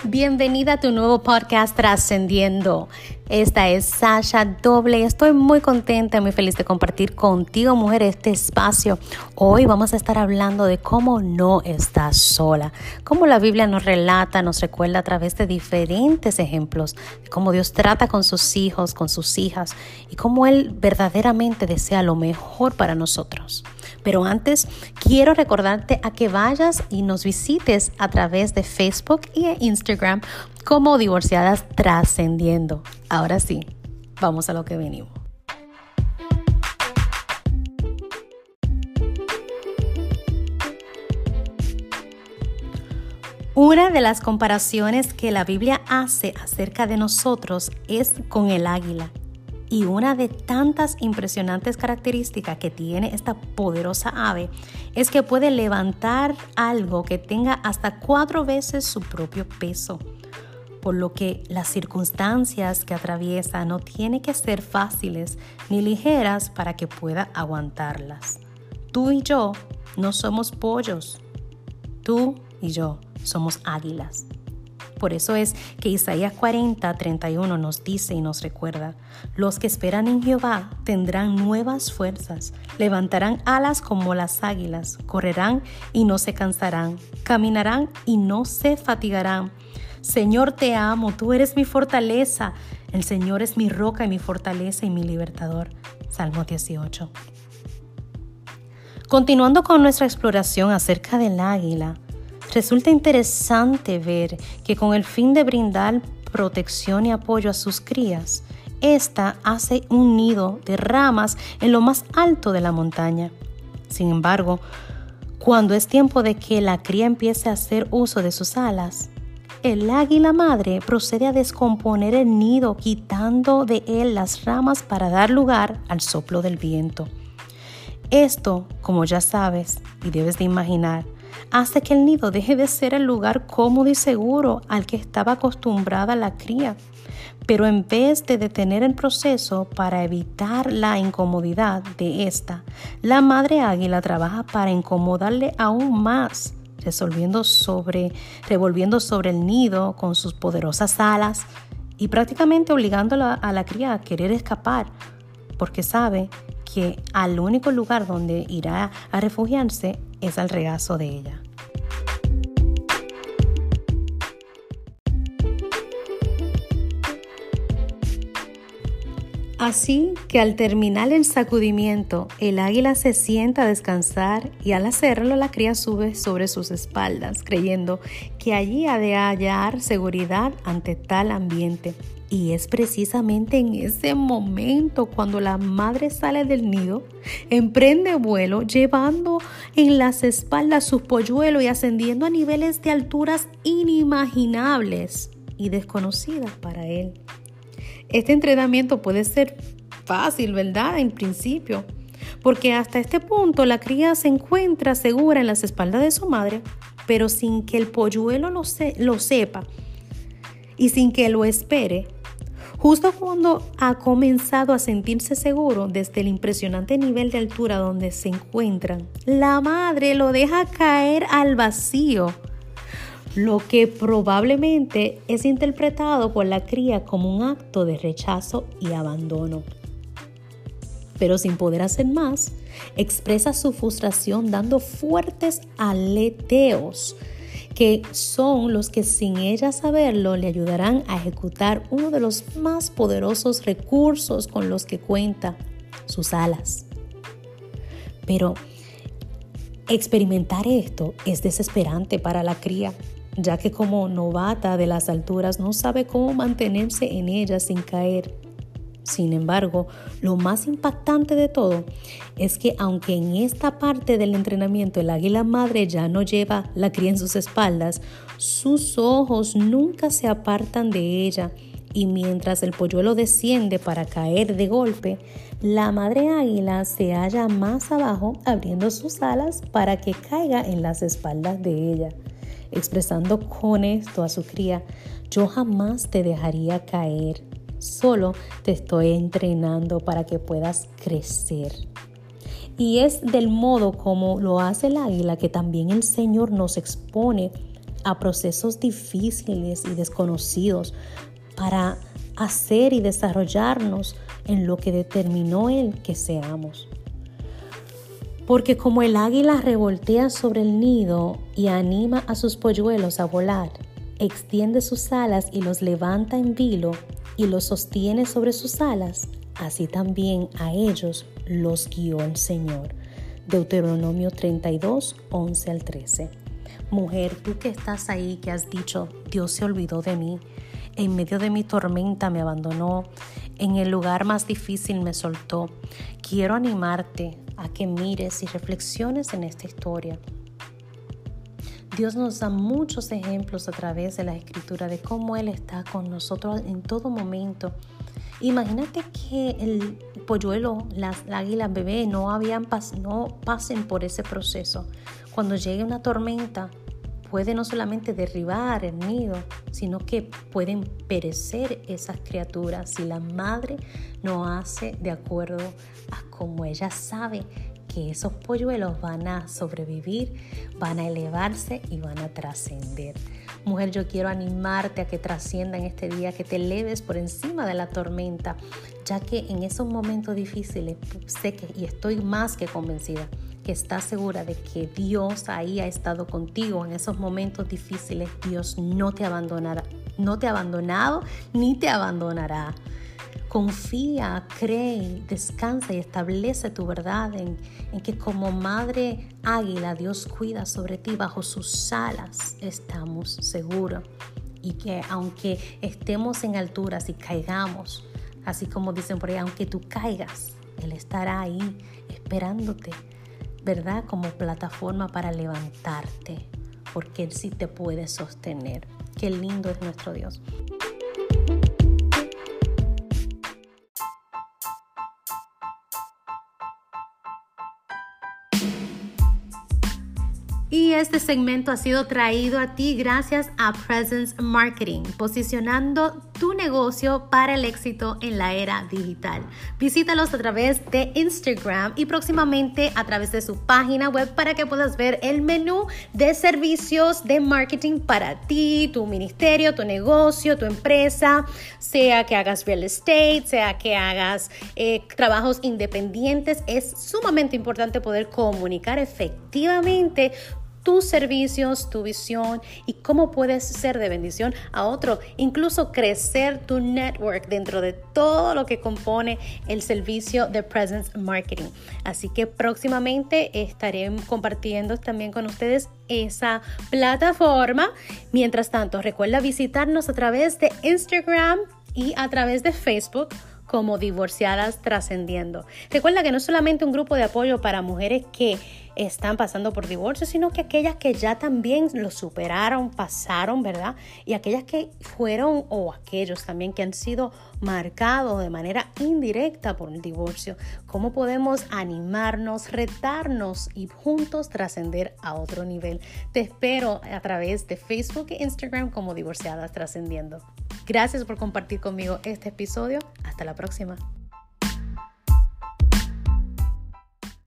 Bienvenida a tu nuevo podcast Trascendiendo. Esta es Sasha Doble. Estoy muy contenta y muy feliz de compartir contigo, mujer, este espacio. Hoy vamos a estar hablando de cómo no estás sola. Cómo la Biblia nos relata, nos recuerda a través de diferentes ejemplos de cómo Dios trata con sus hijos, con sus hijas y cómo Él verdaderamente desea lo mejor para nosotros. Pero antes, quiero recordarte a que vayas y nos visites a través de Facebook y Instagram como Divorciadas Trascendiendo. Ahora sí, vamos a lo que venimos. Una de las comparaciones que la Biblia hace acerca de nosotros es con el águila. Y una de tantas impresionantes características que tiene esta poderosa ave es que puede levantar algo que tenga hasta 4 veces su propio peso. Por lo que las circunstancias que atraviesa no tienen que ser fáciles ni ligeras para que pueda aguantarlas. Tú y yo no somos pollos. Tú y yo somos águilas. Por eso es que Isaías 40:31 nos dice y nos recuerda: los que esperan en Jehová tendrán nuevas fuerzas, levantarán alas como las águilas, correrán y no se cansarán, caminarán y no se fatigarán. Señor, te amo, tú eres mi fortaleza. El Señor es mi roca y mi fortaleza y mi libertador. Salmo 18. Continuando con nuestra exploración acerca del águila, resulta interesante ver que con el fin de brindar protección y apoyo a sus crías, ésta hace un nido de ramas en lo más alto de la montaña. Sin embargo, cuando es tiempo de que la cría empiece a hacer uso de sus alas, el águila madre procede a descomponer el nido, quitando de él las ramas para dar lugar al soplo del viento. Esto, como ya sabes y debes de imaginar, hace que el nido deje de ser el lugar cómodo y seguro al que estaba acostumbrada la cría. Pero en vez de detener el proceso para evitar la incomodidad de esta, la madre águila trabaja para incomodarle aún más, revolviendo sobre el nido con sus poderosas alas y prácticamente obligándola a la cría a querer escapar, porque sabe que al único lugar donde irá a refugiarse es al regazo de ella. Así que al terminar el sacudimiento, el águila se sienta a descansar y al hacerlo la cría sube sobre sus espaldas, creyendo que allí ha de hallar seguridad ante tal ambiente. Y es precisamente en ese momento cuando la madre sale del nido, emprende vuelo, llevando en las espaldas sus polluelos y ascendiendo a niveles de alturas inimaginables y desconocidas para él. Este entrenamiento puede ser fácil, ¿verdad? En principio, porque hasta este punto la cría se encuentra segura en las espaldas de su madre, pero sin que el polluelo lo sepa y sin que lo espere. Justo cuando ha comenzado a sentirse seguro desde el impresionante nivel de altura donde se encuentran, la madre lo deja caer al vacío, lo que probablemente es interpretado por la cría como un acto de rechazo y abandono. Pero sin poder hacer más, expresa su frustración dando fuertes aleteos, que son los que sin ella saberlo le ayudarán a ejecutar uno de los más poderosos recursos con los que cuenta, sus alas. Pero experimentar esto es desesperante para la cría, ya que como novata de las alturas no sabe cómo mantenerse en ellas sin caer. Sin embargo, lo más impactante de todo es que aunque en esta parte del entrenamiento el águila madre ya no lleva la cría en sus espaldas, sus ojos nunca se apartan de ella y mientras el polluelo desciende para caer de golpe, la madre águila se halla más abajo abriendo sus alas para que caiga en las espaldas de ella, expresando con esto a su cría: yo jamás te dejaría caer. Solo te estoy entrenando para que puedas crecer. Y es del modo como lo hace el águila que también el Señor nos expone a procesos difíciles y desconocidos para hacer y desarrollarnos en lo que determinó Él que seamos. Porque como el águila revoltea sobre el nido y anima a sus polluelos a volar, extiende sus alas y los levanta en vilo y los sostiene sobre sus alas, así también a ellos los guió el Señor. Deuteronomio 32, 11 al 13. Mujer, tú que estás ahí, que has dicho, Dios se olvidó de mí, en medio de mi tormenta me abandonó, en el lugar más difícil me soltó. Quiero animarte a que mires y reflexiones en esta historia. Dios nos da muchos ejemplos a través de la Escritura de cómo Él está con nosotros en todo momento. Imagínate que el polluelo, la águila bebé no pasen por ese proceso. Cuando llegue una tormenta, puede no solamente derribar el nido, sino que pueden perecer esas criaturas si la madre no hace de acuerdo a como ella sabe que esos polluelos van a sobrevivir, van a elevarse y van a trascender. Mujer, yo quiero animarte a que trascienda en este día, que te eleves por encima de la tormenta, ya que en esos momentos difíciles sé que, y estoy más que convencida, que estás segura de que Dios ahí ha estado contigo en esos momentos difíciles. Dios no te abandonará, no te ha abandonado ni te abandonará. Confía, cree, descansa y establece tu verdad en que como madre águila Dios cuida sobre ti, bajo sus alas estamos seguros. Y que aunque estemos en alturas y caigamos, así como dicen por ahí, aunque tú caigas, Él estará ahí esperándote, ¿verdad? Como plataforma para levantarte, porque Él sí te puede sostener. Qué lindo es nuestro Dios. Y este segmento ha sido traído a ti gracias a Presence Marketing, posicionando tu negocio para el éxito en la era digital. Visítalos a través de Instagram y próximamente a través de su página web para que puedas ver el menú de servicios de marketing para ti, tu ministerio, tu negocio, tu empresa, sea que hagas real estate, sea que hagas trabajos independientes. Es sumamente importante poder comunicar efectivamente tus servicios, tu visión y cómo puedes ser de bendición a otro, incluso crecer tu network dentro de todo lo que compone el servicio de Presence Marketing. Así que próximamente estaré compartiendo también con ustedes esa plataforma. Mientras tanto, recuerda visitarnos a través de Instagram y a través de Facebook como Divorciadas Trascendiendo. Recuerda que no es solamente un grupo de apoyo para mujeres que están pasando por divorcio, sino que aquellas que ya también lo superaron, pasaron, ¿verdad? Y aquellas que fueron, o aquellos también que han sido marcados de manera indirecta por el divorcio. ¿Cómo podemos animarnos, retarnos y juntos trascender a otro nivel? Te espero a través de Facebook e Instagram como Divorciadas Trascendiendo. Gracias por compartir conmigo este episodio. Hasta la próxima.